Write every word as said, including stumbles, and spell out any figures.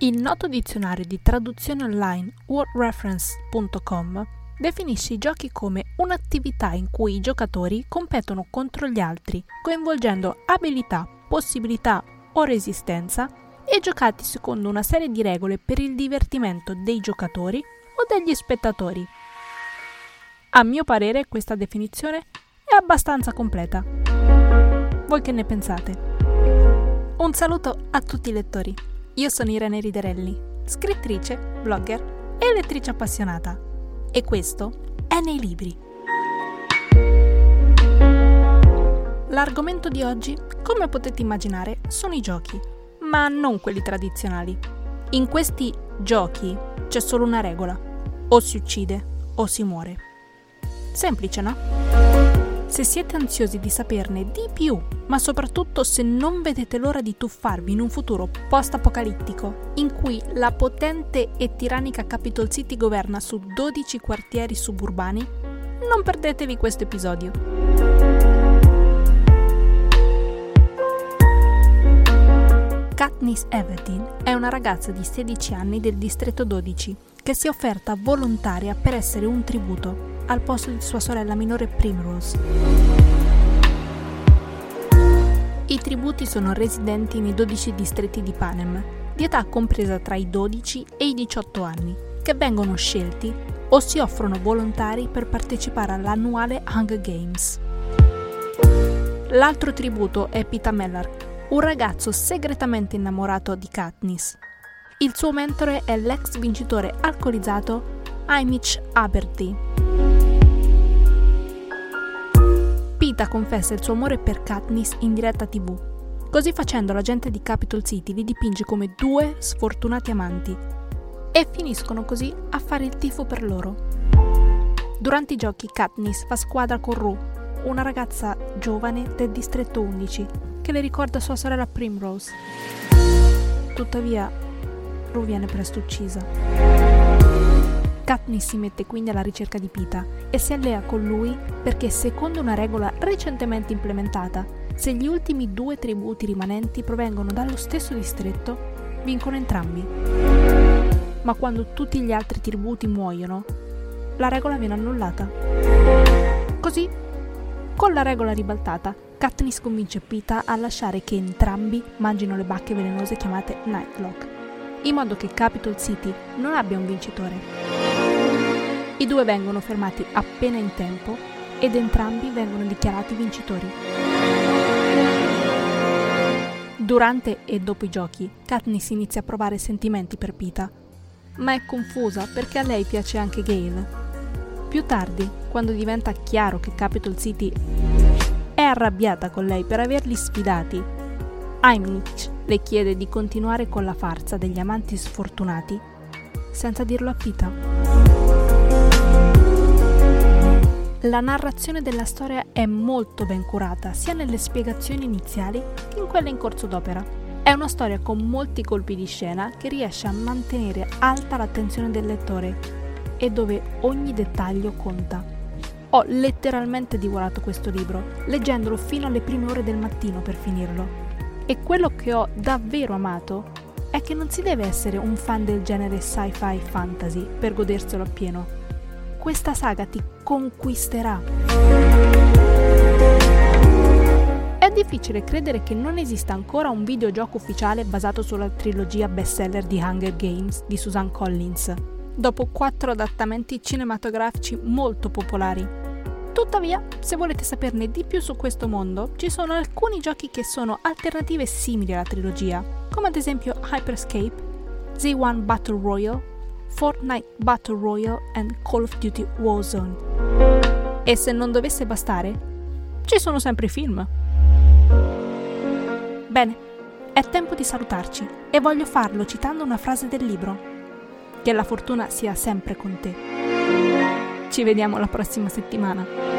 Il noto dizionario di traduzione online word reference punto com definisce i giochi come un'attività in cui i giocatori competono contro gli altri, coinvolgendo abilità, possibilità o resistenza e giocati secondo una serie di regole per il divertimento dei giocatori o degli spettatori. A mio parere questa definizione è abbastanza completa. Voi che ne pensate? Un saluto a tutti i lettori. Io sono Irene Riderelli, scrittrice, blogger e lettrice appassionata. E questo è Nei Libri. L'argomento di oggi, come potete immaginare, sono i giochi, ma non quelli tradizionali. In questi giochi c'è solo una regola: o si uccide o si muore. Semplice, no? Se siete ansiosi di saperne di più, ma soprattutto se non vedete l'ora di tuffarvi in un futuro post-apocalittico in cui la potente e tirannica Capital City governa su dodici quartieri suburbani, non perdetevi questo episodio. Katniss Everdeen è una ragazza di sedici anni del distretto dodici che si è offerta volontaria per essere un tributo al posto di sua sorella minore Primrose. I tributi sono residenti nei dodici distretti di Panem, di età compresa tra i dodici e i diciotto anni, che vengono scelti o si offrono volontari per partecipare all'annuale Hunger Games. L'altro tributo è Peeta Mellark, un ragazzo segretamente innamorato di Katniss. Il suo mentore è l'ex vincitore alcolizzato Haymitch Abernathy. Peeta confessa il suo amore per Katniss in diretta tivù. Così facendo la gente di Capital City li dipinge come due sfortunati amanti e finiscono così a fare il tifo per loro. Durante i giochi Katniss fa squadra con Rue, una ragazza giovane del distretto undici che le ricorda sua sorella Primrose. Tuttavia, Rue viene presto uccisa. Katniss si mette quindi alla ricerca di Peeta e si allea con lui perché, secondo una regola recentemente implementata, se gli ultimi due tributi rimanenti provengono dallo stesso distretto, vincono entrambi. Ma quando tutti gli altri tributi muoiono, la regola viene annullata. Così, con la regola ribaltata, Katniss convince Peeta a lasciare che entrambi mangino le bacche velenose chiamate Nightlock, in modo che Capital City non abbia un vincitore. I due vengono fermati appena in tempo ed entrambi vengono dichiarati vincitori. Durante e dopo i giochi, Katniss inizia a provare sentimenti per Peeta, ma è confusa perché a lei piace anche Gale. Più tardi, quando diventa chiaro che Capital City è arrabbiata con lei per averli sfidati, Haymitch le chiede di continuare con la farsa degli amanti sfortunati senza dirlo a Peeta. La narrazione della storia è molto ben curata, sia nelle spiegazioni iniziali che in quelle in corso d'opera. È una storia con molti colpi di scena che riesce a mantenere alta l'attenzione del lettore e dove ogni dettaglio conta. Ho letteralmente divorato questo libro, leggendolo fino alle prime ore del mattino per finirlo. E quello che ho davvero amato è che non si deve essere un fan del genere sci-fi fantasy per goderselo appieno. Questa saga ti conquisterà. È difficile credere che non esista ancora un videogioco ufficiale basato sulla trilogia bestseller di Hunger Games di Suzanne Collins, dopo quattro adattamenti cinematografici molto popolari. Tuttavia, se volete saperne di più su questo mondo, ci sono alcuni giochi che sono alternative simili alla trilogia, come ad esempio Hyperscape, Z uno Battle Royale, Fortnite Battle Royale e Call of Duty Warzone. E se non dovesse bastare, ci sono sempre i film. Bene, è tempo di salutarci e voglio farlo citando una frase del libro: che la fortuna sia sempre con te. Ci vediamo la prossima settimana.